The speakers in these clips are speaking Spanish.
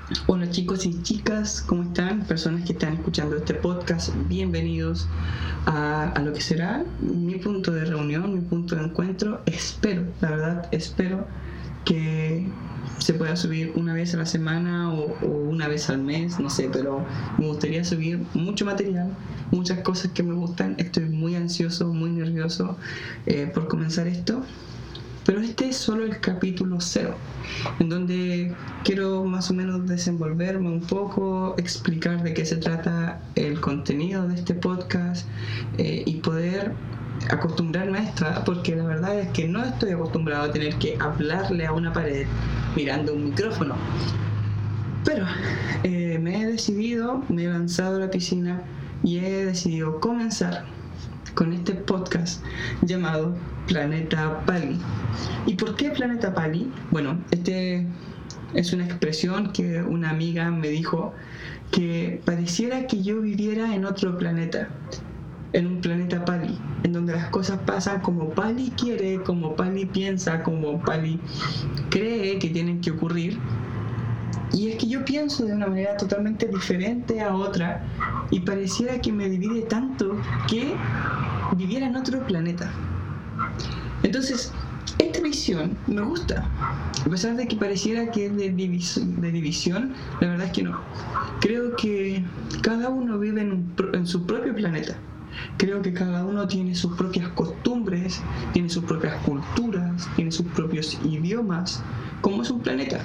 Hola chicos y chicas, ¿cómo están? Personas que están escuchando este podcast, bienvenidos a lo que será mi punto de reunión, mi punto de encuentro. La verdad, espero que se pueda subir una vez a la semana o una vez al mes, no sé, pero me gustaría subir mucho material, muchas cosas que me gustan. Estoy muy ansioso, muy nervioso por comenzar esto. Pero este es solo el capítulo 0, en donde quiero más o menos desenvolverme un poco, explicar de qué se trata el contenido de este podcast y poder acostumbrarme a esto, porque la verdad es que no estoy acostumbrado a tener que hablarle a una pared mirando un micrófono. Pero me he lanzado a la piscina y he decidido comenzar con este podcast llamado Planeta Pali. ¿Y por qué Planeta Pali? Bueno, este es una expresión que una amiga me dijo, que pareciera que yo viviera en otro planeta, en un planeta Pali, en donde las cosas pasan como Pali quiere, como Pali piensa, como Pali cree que tienen que ocurrir. Y es que yo pienso de una manera totalmente diferente a otra y pareciera que me divide tanto que viviera en otro planeta. Entonces, esta visión me gusta. A pesar de que pareciera que es de división, la verdad es que no. Creo que cada uno vive en su propio planeta. Creo que cada uno tiene sus propias costumbres, tiene sus propias culturas, tiene sus propios idiomas, como es un planeta.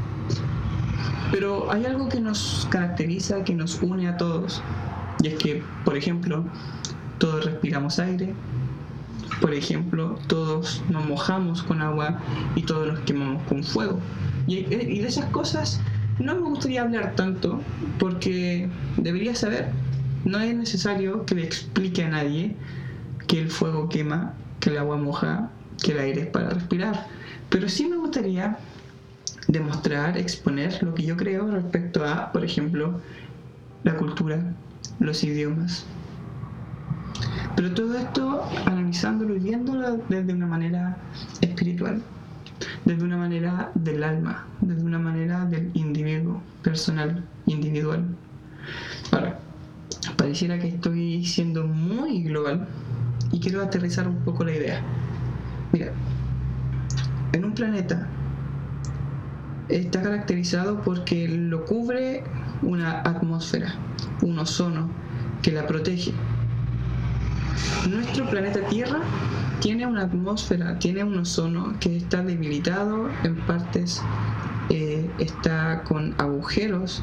Pero hay algo que nos caracteriza, que nos une a todos. Y es que, por ejemplo, todos respiramos aire. Por ejemplo, todos nos mojamos con agua y todos nos quemamos con fuego. Y de esas cosas no me gustaría hablar tanto porque debería saber. No es necesario que le explique a nadie que el fuego quema, que el agua moja, que el aire es para respirar. Pero sí me gustaría demostrar, exponer lo que yo creo respecto a, por ejemplo, la cultura, los idiomas. Pero todo esto analizándolo y viéndolo desde una manera espiritual, desde una manera del alma, desde una manera del individuo, personal, individual. Ahora, pareciera que estoy siendo muy global y quiero aterrizar un poco la idea. Mira, en un planeta está caracterizado porque lo cubre una atmósfera, un ozono que la protege. Nuestro planeta Tierra tiene una atmósfera, tiene un ozono que está debilitado, en partes está con agujeros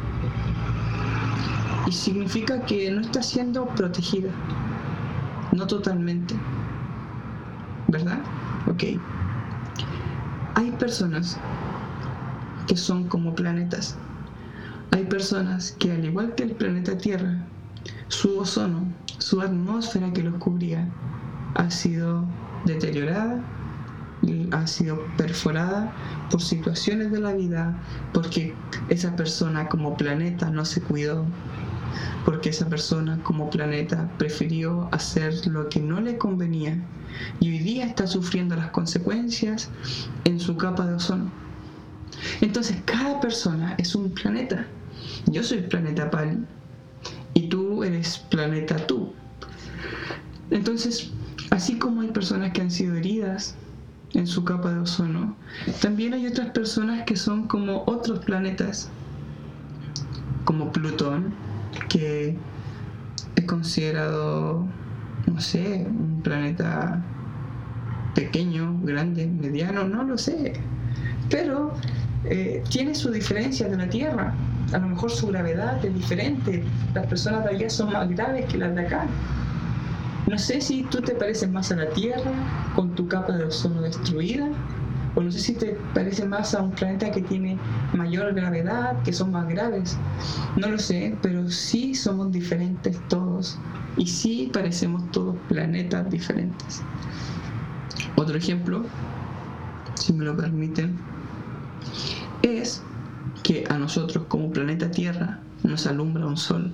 y significa que no está siendo protegida, no totalmente, ¿verdad? Ok. Hay personas que son como planetas. Hay personas que, al igual que el planeta Tierra, su ozono, su atmósfera que los cubría, ha sido deteriorada, ha sido perforada por situaciones de la vida, porque esa persona como planeta no se cuidó, porque esa persona como planeta prefirió hacer lo que no le convenía y hoy día está sufriendo las consecuencias en su capa de ozono. Entonces cada persona es un planeta. Yo soy planeta Pali y tú eres planeta tú. Entonces, así como hay personas que han sido heridas en su capa de ozono, también hay otras personas que son como otros planetas, como Plutón, que es considerado, no sé, un planeta pequeño, grande, mediano, no lo sé, pero tiene su diferencia de la Tierra. A lo mejor su gravedad es diferente, las personas de allá son más graves que las de acá. No sé si tú te pareces más a la Tierra con tu capa de ozono destruida, o no sé si te parece más a un planeta que tiene mayor gravedad, que son más graves. No lo sé, pero sí somos diferentes todos y sí parecemos todos planetas diferentes. Otro ejemplo, si me lo permiten, es que a nosotros como planeta Tierra nos alumbra un sol.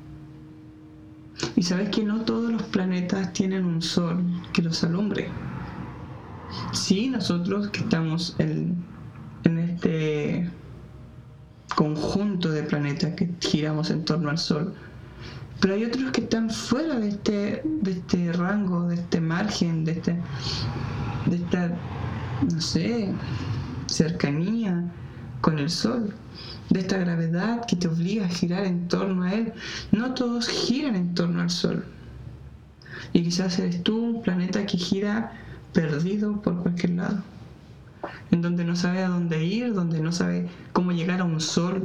Y sabes que no todos los planetas tienen un sol que los alumbre. Sí, nosotros que estamos en este conjunto de planetas que giramos en torno al Sol. Pero hay otros que están fuera de este rango, de este margen, de esta, no sé, cercanía con el Sol, de esta gravedad que te obliga a girar en torno a él. No todos giran en torno al Sol. Y quizás eres tú un planeta que gira perdido por cualquier lado, en donde no sabe a dónde ir, donde no sabe cómo llegar a un Sol.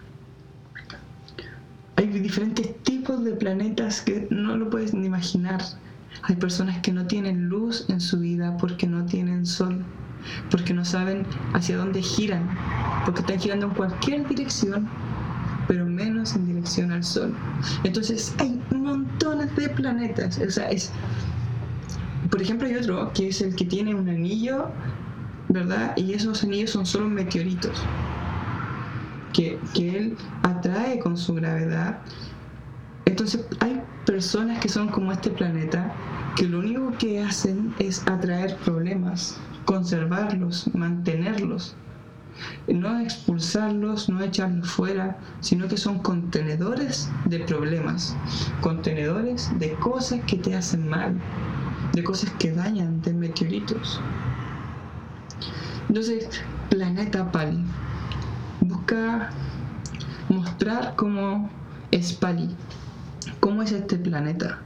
Hay diferentes tipos de planetas que no lo puedes ni imaginar. Hay personas que no tienen luz en su vida porque no tienen Sol, porque no saben hacia dónde giran, porque están girando en cualquier dirección, pero menos en dirección al Sol. Entonces hay montones de planetas. O sea, por ejemplo, hay otro que es el que tiene un anillo, ¿verdad? Y esos anillos son solo meteoritos que él atrae con su gravedad. Entonces hay personas que son como este planeta, que lo único que hacen es atraer problemas, conservarlos, mantenerlos, no expulsarlos, no echarlos fuera, sino que son contenedores de problemas, contenedores de cosas que te hacen mal, de cosas que dañan, de meteoritos. Entonces, Planeta Pali busca mostrar cómo es Pali, cómo es este planeta.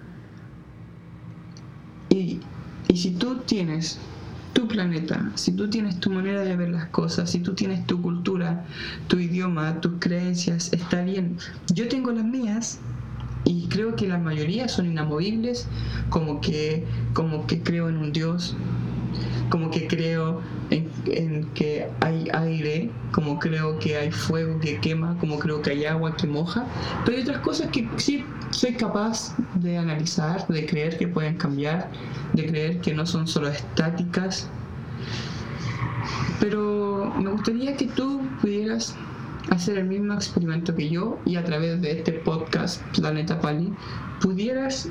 Y si tú tienes tu planeta, si tú tienes tu manera de ver las cosas, si tú tienes tu cultura, tu idioma, tus creencias, está bien. Yo tengo las mías y creo que la mayoría son inamovibles, como que creo en un Dios, como que creo en que hay aire, como creo que hay fuego que quema, como creo que hay agua que moja. Pero hay otras cosas que sí soy capaz de analizar, de creer que pueden cambiar, de creer que no son solo estáticas. Pero me gustaría que tú pudieras hacer el mismo experimento que yo, y a través de este podcast Planeta Pali pudieras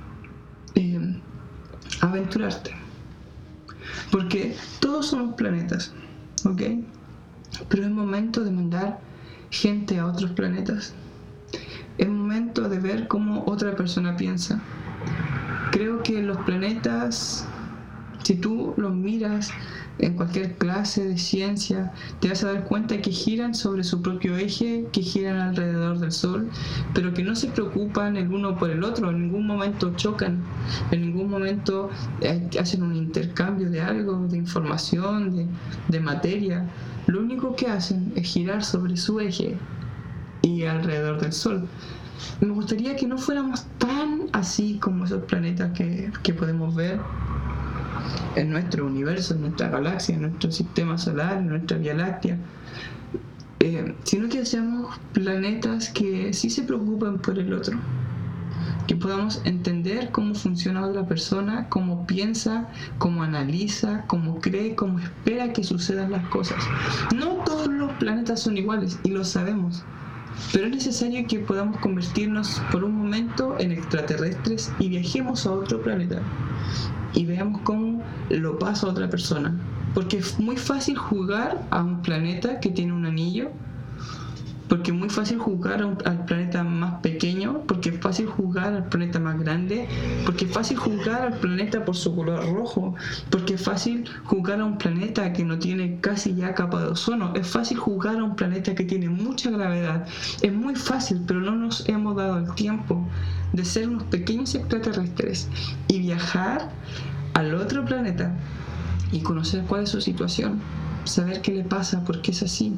aventurarte. Porque todos somos planetas, ¿ok? Pero es momento de mandar gente a otros planetas. Es momento de ver cómo otra persona piensa. Creo que los planetas, si tú los miras en cualquier clase de ciencia, te vas a dar cuenta que giran sobre su propio eje, que giran alrededor del Sol, pero que no se preocupan el uno por el otro. En ningún momento chocan, en ningún momento hacen un intercambio de algo, de información, de materia. Lo único que hacen es girar sobre su eje y alrededor del Sol. Me gustaría que no fuéramos tan así como esos planetas que podemos ver en nuestro universo, en nuestra galaxia, en nuestro sistema solar, en nuestra Vía Láctea, sino que seamos planetas que sí se preocupen por el otro, que podamos entender cómo funciona otra persona, cómo piensa, cómo analiza, cómo cree, cómo espera que sucedan las cosas. No todos los planetas son iguales y lo sabemos, pero es necesario que podamos convertirnos por un momento en extraterrestres y viajemos a otro planeta y veamos cómo lo pasa a otra persona. Porque es muy fácil jugar a un planeta que tiene un anillo, porque es muy fácil jugar al planeta más pequeño, porque es fácil jugar al planeta más grande, porque es fácil jugar al planeta por su color rojo, porque es fácil jugar a un planeta que no tiene casi ya capa de ozono, es fácil jugar a un planeta que tiene mucha gravedad. Es muy fácil, pero no nos hemos dado el tiempo de ser unos pequeños extraterrestres y viajar al otro planeta y conocer cuál es su situación, saber qué le pasa, por qué es así.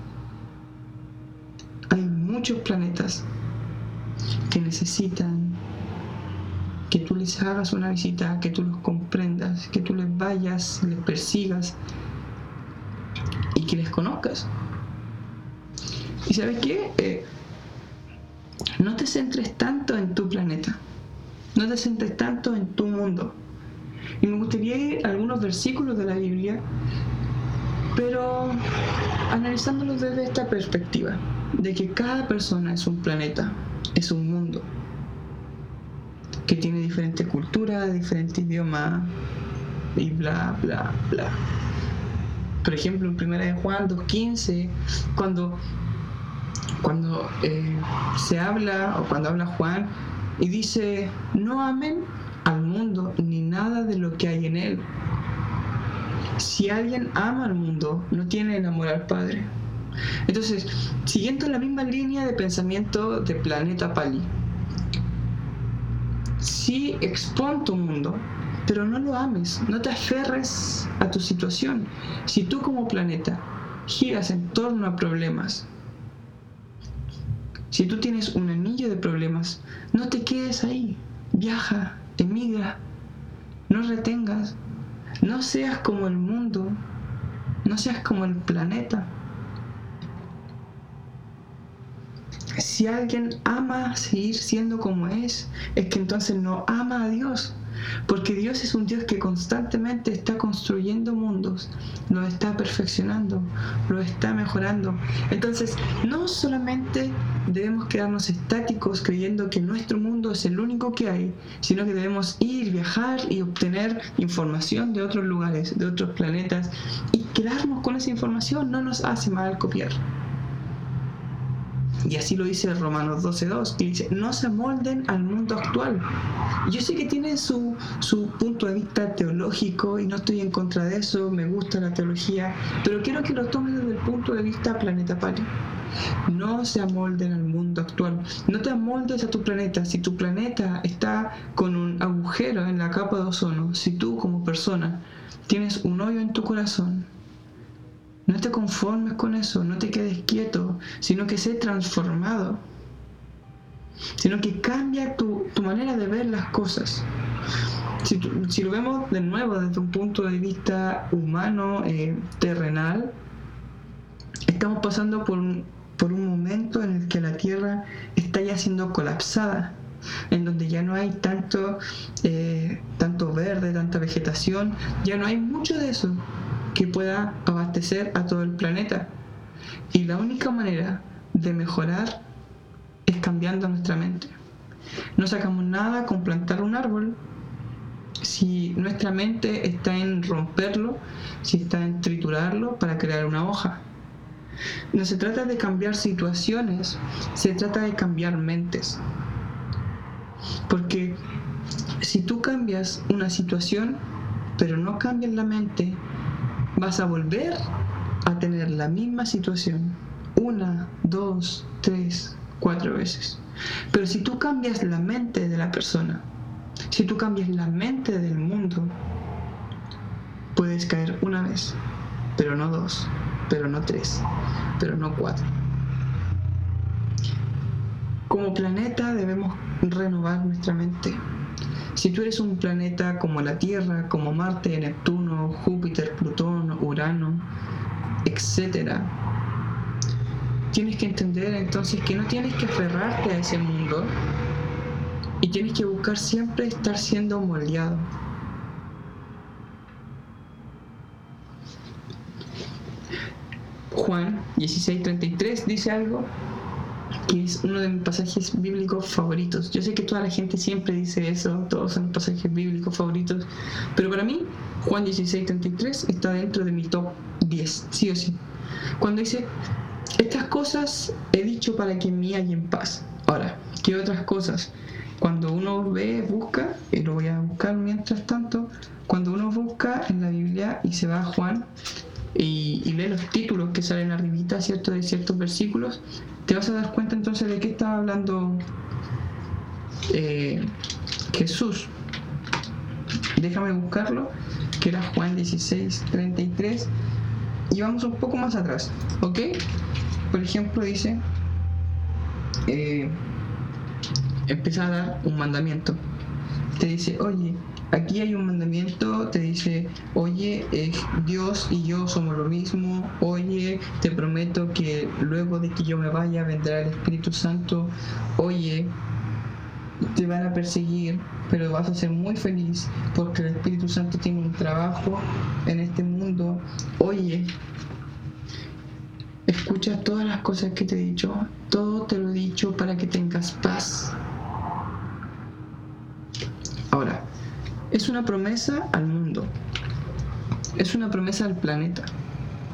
Hay muchos planetas que necesitan que tú les hagas una visita, que tú los comprendas, que tú les vayas, les persigas y que les conozcas. ¿Y sabes qué? No te centres tanto en tu planeta, no te centres tanto en tu mundo. Y me gustaría ir a algunos versículos de la Biblia, pero analizándolos desde esta perspectiva, de que cada persona es un planeta, es un mundo, que tiene diferente cultura, diferente idioma y bla, bla, bla. Por ejemplo, en 1 de Juan 2:15, cuando se habla, o cuando habla Juan, y dice, no amen al mundo ni nada de lo que hay en él. Si alguien ama al mundo, no tiene el amor al Padre. Entonces, siguiendo la misma línea de pensamiento de Planeta Pali, sí, expon tu mundo, pero no lo ames, no te aferres a tu situación. Si tú como planeta giras en torno a problemas, si tú tienes un anillo de problemas, no te quedes ahí, viaja, emigra, no retengas, no seas como el mundo, no seas como el planeta. Si alguien ama seguir siendo como es que entonces no ama a Dios, porque Dios es un Dios que constantemente está construyendo mundos, los está perfeccionando, los está mejorando. Entonces, no solamente debemos quedarnos estáticos creyendo que nuestro mundo es el único que hay, sino que debemos ir, viajar y obtener información de otros lugares, de otros planetas, y quedarnos con esa información no nos hace mal copiar. Y así lo dice Romanos 12:2, que dice, no se amolden al mundo actual. Yo sé que tiene su punto de vista teológico y no estoy en contra de eso, me gusta la teología, pero quiero que lo tomen desde el punto de vista Planeta Pali. No se amolden al mundo actual. No te amoldes a tu planeta. Si tu planeta está con un agujero en la capa de ozono, si tú como persona tienes un hoyo en tu corazón, no te conformes con eso, no te quedes quieto, sino que sé transformado, sino que cambia tu manera de ver las cosas. Si lo vemos de nuevo desde un punto de vista humano, terrenal, estamos pasando por un momento en el que la Tierra está ya siendo colapsada, en donde ya no hay tanto verde, tanta vegetación, ya no hay mucho de eso que pueda abastecer a todo el planeta. Y la única manera de mejorar es cambiando nuestra mente. No sacamos nada con plantar un árbol si nuestra mente está en romperlo, si está en triturarlo para crear una hoja. No se trata de cambiar situaciones, se trata de cambiar mentes. Porque si tú cambias una situación, pero no cambias la mente, vas a volver a tener la misma situación 1, 2, 3, 4 veces. Pero si tú cambias la mente de la persona, si tú cambias la mente del mundo, puedes caer una vez, pero no 2, pero no 3, pero no 4. Como planeta debemos renovar nuestra mente. Si tú eres un planeta como la Tierra, como Marte, Neptuno, Júpiter, Plutón, Urano, etc., tienes que entender entonces que no tienes que aferrarte a ese mundo y tienes que buscar siempre estar siendo moldeado. Juan 16:33 dice algo que es uno de mis pasajes bíblicos favoritos. Yo sé que toda la gente siempre dice eso, todos son pasajes bíblicos favoritos, pero para mí Juan 16:33 está dentro de mi top 10, sí o sí. Cuando dice, estas cosas he dicho para que en mí haya paz. Ahora, ¿qué otras cosas? Cuando uno busca, y lo voy a buscar mientras tanto, cuando uno busca en la Biblia y se va a Juan y lee los títulos que salen arribita, ¿cierto?, de ciertos versículos, te vas a dar cuenta entonces de qué estaba hablando Jesús. Déjame buscarlo, que era Juan 16:33, y vamos un poco más atrás, ¿ok? Por ejemplo, dice, empieza a dar un mandamiento. Te dice, oye, aquí hay un mandamiento, te dice, oye, Dios y yo somos lo mismo, oye, te prometo que luego de que yo me vaya vendrá el Espíritu Santo, oye, te van a perseguir, pero vas a ser muy feliz porque el Espíritu Santo tiene un trabajo en este mundo, oye, escucha todas las cosas que te he dicho, todo te lo he dicho para que tengas paz. Ahora, es una promesa al mundo, es una promesa al planeta,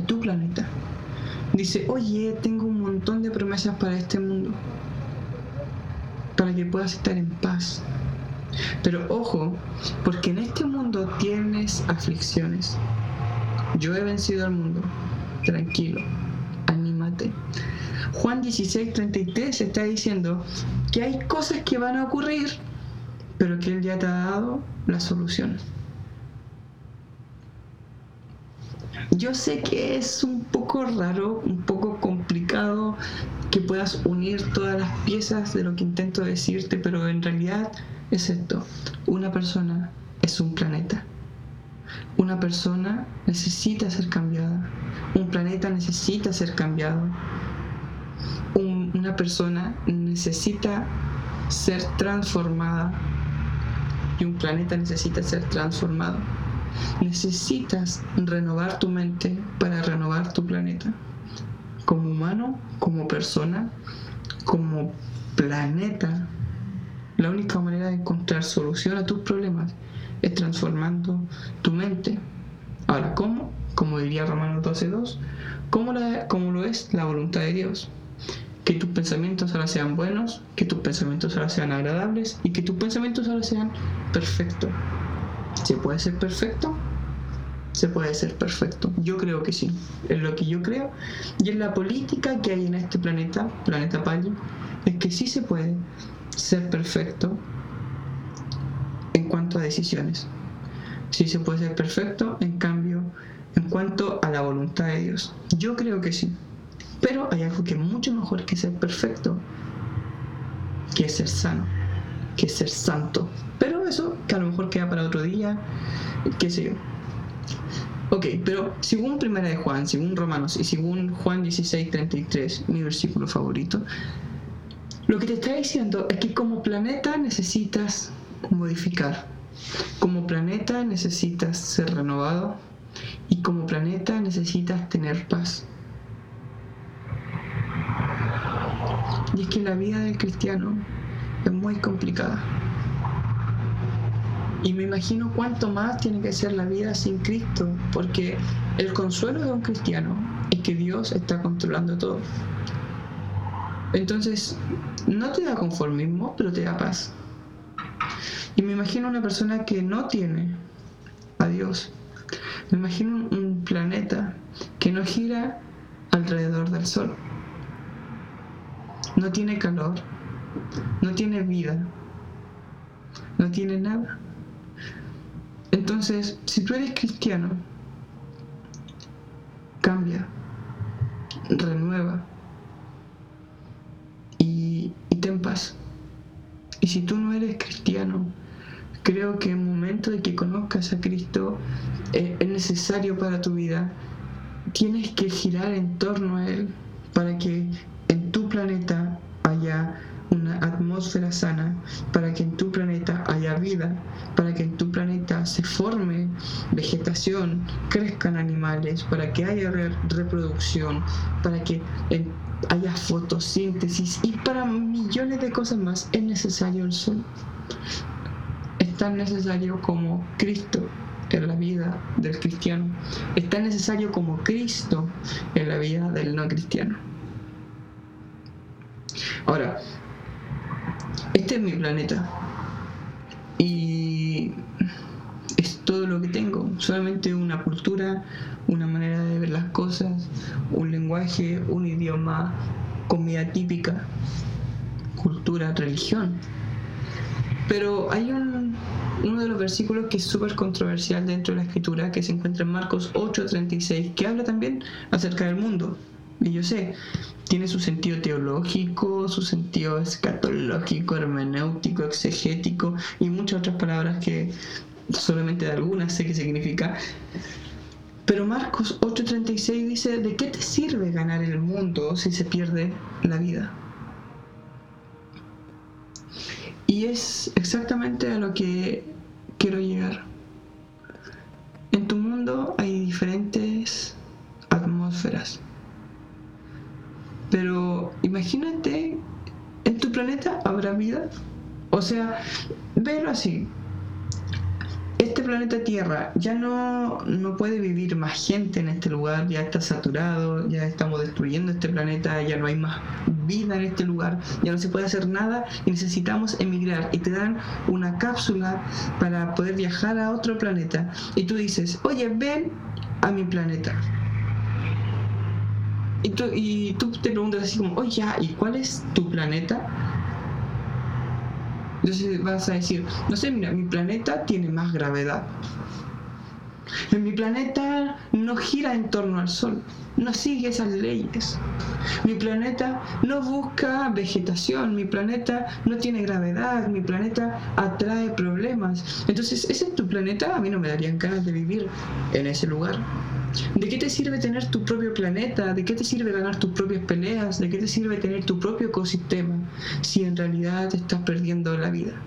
en tu planeta. Dice, oye, tengo un montón de promesas para este mundo, para que puedas estar en paz. Pero ojo, porque en este mundo tienes aflicciones. Yo he vencido al mundo. Tranquilo, anímate. Juan 16:33 está diciendo que hay cosas que van a ocurrir, pero que Él ya te ha dado la solución. Yo sé que es un poco raro, un poco complicado que puedas unir todas las piezas de lo que intento decirte, pero en realidad es esto. Una persona es un planeta. Una persona necesita ser cambiada. Un planeta necesita ser cambiado. Una persona necesita ser transformada. Y un planeta necesita ser transformado. Necesitas renovar tu mente para renovar tu planeta. Como humano, como persona, como planeta, la única manera de encontrar solución a tus problemas es transformando tu mente. Ahora, ¿cómo? Como diría Romanos 12:2, ¿cómo lo es la voluntad de Dios? Que tus pensamientos ahora sean buenos, que tus pensamientos ahora sean agradables y que tus pensamientos ahora sean perfectos. ¿Se puede ser perfecto? Se puede ser perfecto. Yo creo que sí. Es lo que yo creo. Y en la política que hay en este planeta Pali, es que sí se puede ser perfecto en cuanto a decisiones. Sí se puede ser perfecto, en cambio, en cuanto a la voluntad de Dios. Yo creo que sí. Pero hay algo que es mucho mejor que ser perfecto, que es ser sano, que es ser santo. Pero eso que a lo mejor queda para otro día, qué sé yo. Ok, pero según Primera de Juan, según Romanos y según Juan 16:33, mi versículo favorito, lo que te está diciendo es que como planeta necesitas modificar, como planeta necesitas ser renovado y como planeta necesitas tener paz. Y es que la vida del cristiano es muy complicada. Y me imagino cuánto más tiene que ser la vida sin Cristo, porque el consuelo de un cristiano es que Dios está controlando todo. Entonces, no te da conformismo, pero te da paz. Y me imagino una persona que no tiene a Dios. Me imagino un planeta que no gira alrededor del sol. No tiene calor, no tiene vida, no tiene nada. Entonces, si tú eres cristiano, cambia, renueva y ten paz. Y si tú no eres cristiano, creo que en el momento de que conozcas a Cristo es necesario para tu vida. Tienes que girar en torno a Él para que en tu planeta haya una atmósfera sana, para que en tu planeta haya vida, para que en tu planeta se forme vegetación, crezcan animales, para que haya reproducción, para que haya fotosíntesis y para millones de cosas más. Es necesario el sol. Es tan necesario como Cristo en la vida del cristiano. Es tan necesario como Cristo en la vida del no cristiano. Ahora, este es mi planeta y es todo lo que tengo, solamente una cultura, una manera de ver las cosas, un lenguaje, un idioma, comida típica, cultura, religión. Pero hay uno de los versículos que es súper controversial dentro de la escritura, que se encuentra en Marcos 8:36, que habla también acerca del mundo. Y yo sé, tiene su sentido teológico, su sentido escatológico, hermenéutico, exegético y muchas otras palabras que solamente de algunas sé qué significa. Pero Marcos 8:36 dice, ¿de qué te sirve ganar el mundo si se pierde la vida? Y es exactamente a lo que quiero llegar. En tu mundo hay diferentes atmósferas. Pero imagínate, ¿en tu planeta habrá vida? O sea, velo así. este planeta Tierra ya no puede vivir más gente en este lugar, ya está saturado, ya estamos destruyendo este planeta, ya no hay más vida en este lugar, ya no se puede hacer nada y necesitamos emigrar, y te dan una cápsula para poder viajar a otro planeta y tú dices, oye, ven a mi planeta. Y tú te preguntas así como, oye, ¿y cuál es tu planeta? Entonces vas a decir, no sé, mira, mi planeta tiene más gravedad. En mi planeta no gira en torno al Sol, no sigue esas leyes. Mi planeta no busca vegetación, mi planeta no tiene gravedad, mi planeta atrae problemas. Entonces, ¿ese es tu planeta? A mí no me darían ganas de vivir en ese lugar. ¿De qué te sirve tener tu propio planeta? ¿De qué te sirve ganar tus propias peleas? ¿De qué te sirve tener tu propio ecosistema si en realidad te estás perdiendo la vida?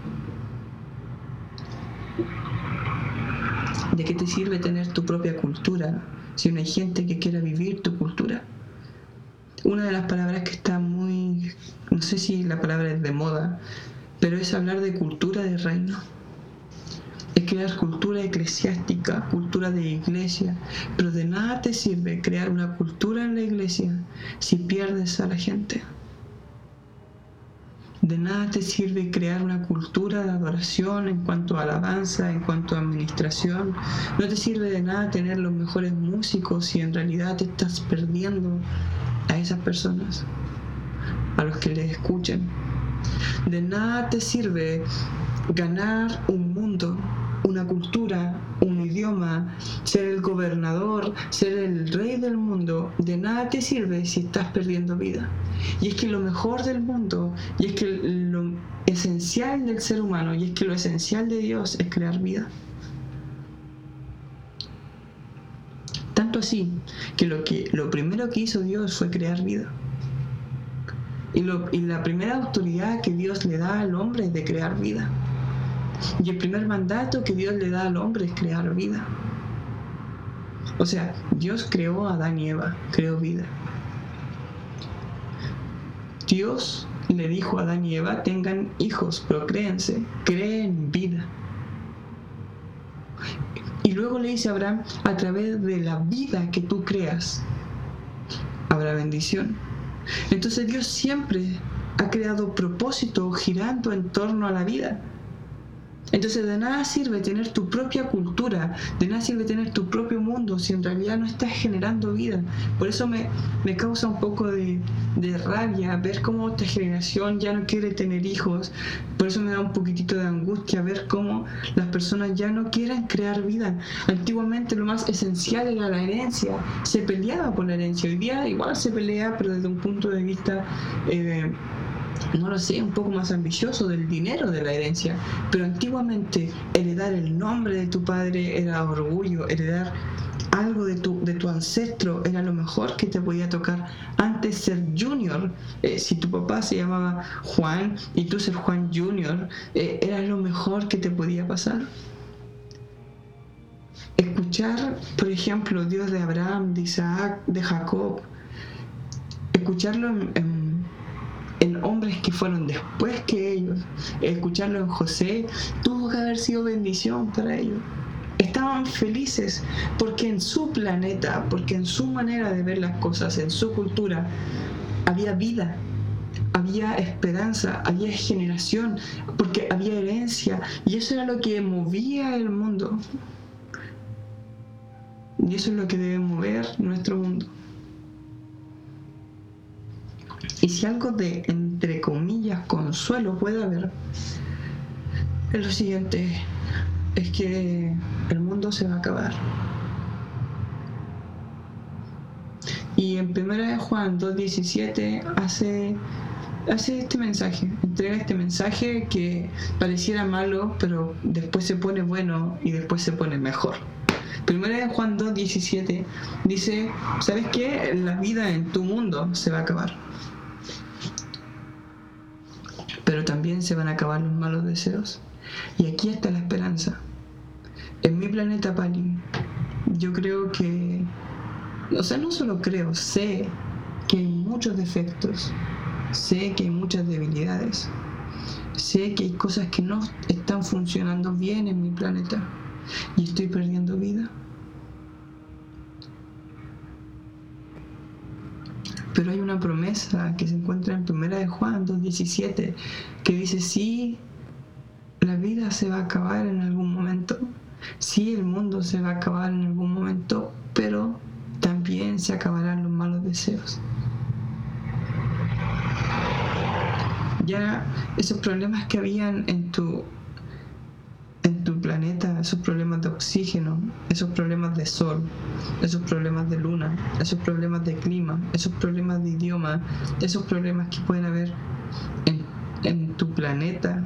¿De qué te sirve tener tu propia cultura si no hay gente que quiera vivir tu cultura? Una de las palabras que está muy, no sé si la palabra es de moda, pero es hablar de cultura de reino. Es crear cultura eclesiástica, cultura de iglesia, pero de nada te sirve crear una cultura en la iglesia si pierdes a la gente. De nada te sirve crear una cultura de adoración en cuanto a alabanza, en cuanto a administración. No te sirve de nada tener los mejores músicos si en realidad te estás perdiendo a esas personas, a los que les escuchen. De nada te sirve ganar un mundo, una cultura, un idioma, ser el gobernador, ser el rey del mundo. De nada te sirve si estás perdiendo vida. Y es que lo mejor del mundo, y es que lo esencial del ser humano, y es que lo esencial de Dios es crear vida. Tanto así que lo primero que hizo Dios fue crear vida. Y la primera autoridad que Dios le da al hombre es de crear vida. Y el primer mandato que Dios le da al hombre es crear vida. O sea, Dios creó a Adán y Eva, creó vida. Dios le dijo a Adán y Eva, tengan hijos, procréense, creen vida. Y luego le dice a Abraham, a través de la vida que tú creas, habrá bendición. Entonces Dios siempre ha creado propósito girando en torno a la vida. Entonces de nada sirve tener tu propia cultura, de nada sirve tener tu propio mundo si en realidad no estás generando vida. Por eso me causa un poco de rabia ver cómo esta generación ya no quiere tener hijos. Por eso me da un poquitito de angustia ver cómo las personas ya no quieren crear vida. Antiguamente lo más esencial era la herencia, se peleaba por la herencia. Hoy día igual se pelea, pero desde un punto de vista no lo sé, un poco más ambicioso del dinero de la herencia. Pero antiguamente heredar el nombre de tu padre era orgullo, heredar algo de tu ancestro era lo mejor que te podía tocar. Antes ser junior, si tu papá se llamaba Juan y tú ser Juan Junior, era lo mejor que te podía pasar. Escuchar, por ejemplo, Dios de Abraham, de Isaac, de Jacob, escucharlo en hombres que fueron después que ellos, escucharlo en José, tuvo que haber sido bendición para ellos. Estaban felices porque en su planeta, porque en su manera de ver las cosas, en su cultura, había vida, había esperanza, había generación, porque había herencia, y eso era lo que movía el mundo. Y eso es lo que debe mover nuestro mundo. Y si algo de, entre comillas, consuelo puede haber, es lo siguiente, es que el mundo se va a acabar. Y en 1 Juan 2:17 hace este mensaje, entrega este mensaje que pareciera malo, pero después se pone bueno y después se pone mejor. 1 Juan 2:17 dice, ¿sabes qué? La vida en tu mundo se va a acabar. Pero también se van a acabar los malos deseos. Y aquí está la esperanza. En mi planeta Pali, yo creo que, o sea, no solo creo, sé que hay muchos defectos, sé que hay muchas debilidades, sé que hay cosas que no están funcionando bien en mi planeta. y estoy perdiendo vida. Pero hay una promesa que se encuentra en 1 de Juan 2:17 que dice: sí, la vida se va a acabar en algún momento, sí, el mundo se va a acabar en algún momento, pero también se acabarán los malos deseos. Ya esos problemas que habían en tu planeta, esos problemas de oxígeno, esos problemas de sol, esos problemas de luna, esos problemas de clima, esos problemas de idioma, esos problemas que pueden haber en tu planeta,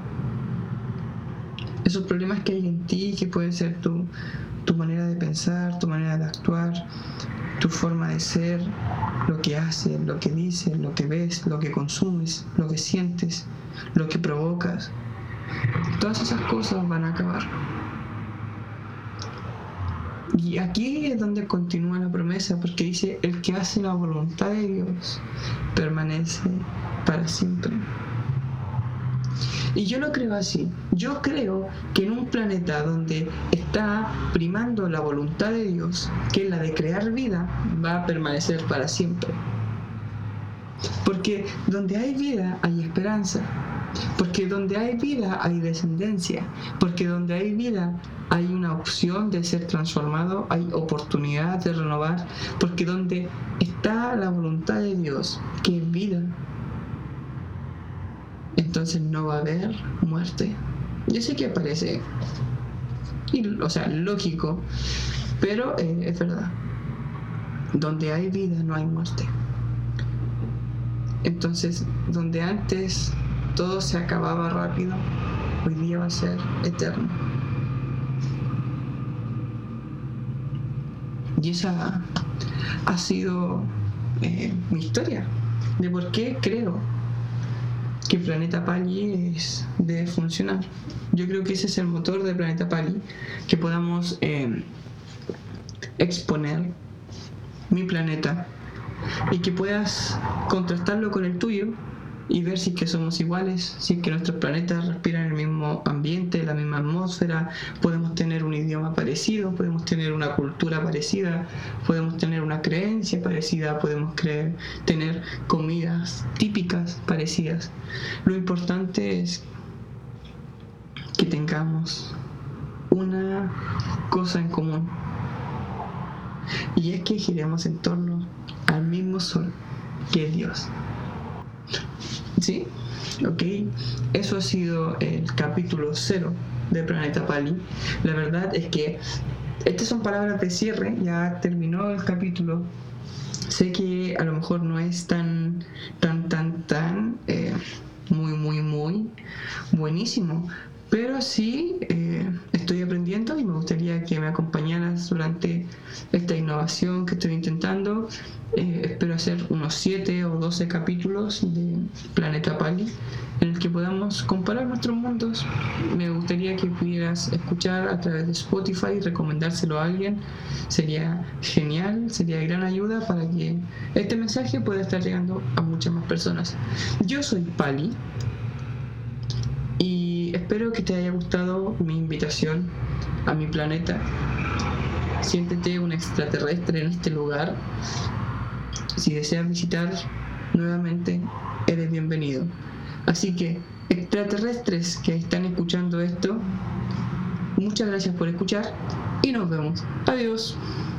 esos problemas que hay en ti, que pueden ser tu manera de pensar, tu manera de actuar, tu forma de ser, lo que haces, lo que dices, lo que ves, lo que consumes, lo que sientes, lo que provocas. Todas esas cosas van a acabar. Y aquí es donde continúa la promesa, porque dice: el que hace la voluntad de Dios permanece para siempre. Y yo lo creo así. Yo creo que en un planeta donde está primando la voluntad de Dios, que es la de crear vida, va a permanecer para siempre. Porque donde hay vida hay esperanza. Porque donde hay vida hay descendencia. Porque donde hay vida hay una opción de ser transformado, hay oportunidad de renovar. Porque donde está la voluntad de Dios, que es vida, entonces no va a haber muerte. Yo sé que parece lógico, pero es verdad. Donde hay vida no hay muerte. Entonces, donde antes todo se acababa rápido, hoy día va a ser eterno. Y esa ha sido mi historia de por qué creo que Planeta Pali debe funcionar. Yo creo que ese es el motor de Planeta Pali, que podamos exponer mi planeta y que puedas contrastarlo con el tuyo y ver si es que somos iguales, si es que nuestros planetas respiran el mismo ambiente, la misma atmósfera, podemos tener un idioma parecido, podemos tener una cultura parecida, podemos tener una creencia parecida, podemos tener comidas típicas parecidas. Lo importante es que tengamos una cosa en común, y es que giremos en torno al mismo sol, que es Dios. ¿Sí? Ok, eso ha sido el capítulo 0 de Planeta Pali. La verdad es que estas son palabras de cierre, ya terminó el capítulo. Sé que a lo mejor no es tan muy buenísimo, pero sí estoy aprendiendo y me gustaría que me acompañaras durante esta innovación que estoy intentando. Espero hacer unos 7 o 12 capítulos de Planeta Pali en el que podamos comparar nuestros mundos. Me gustaría que pudieras escuchar a través de Spotify y recomendárselo a alguien. Sería genial, sería de gran ayuda para que este mensaje pueda estar llegando a muchas más personas. Yo soy Pali y espero que te haya gustado mi invitación a mi planeta. Siéntete un extraterrestre en este lugar. Si deseas visitar nuevamente, eres bienvenido. Así que, extraterrestres que están escuchando esto, muchas gracias por escuchar y nos vemos. Adiós.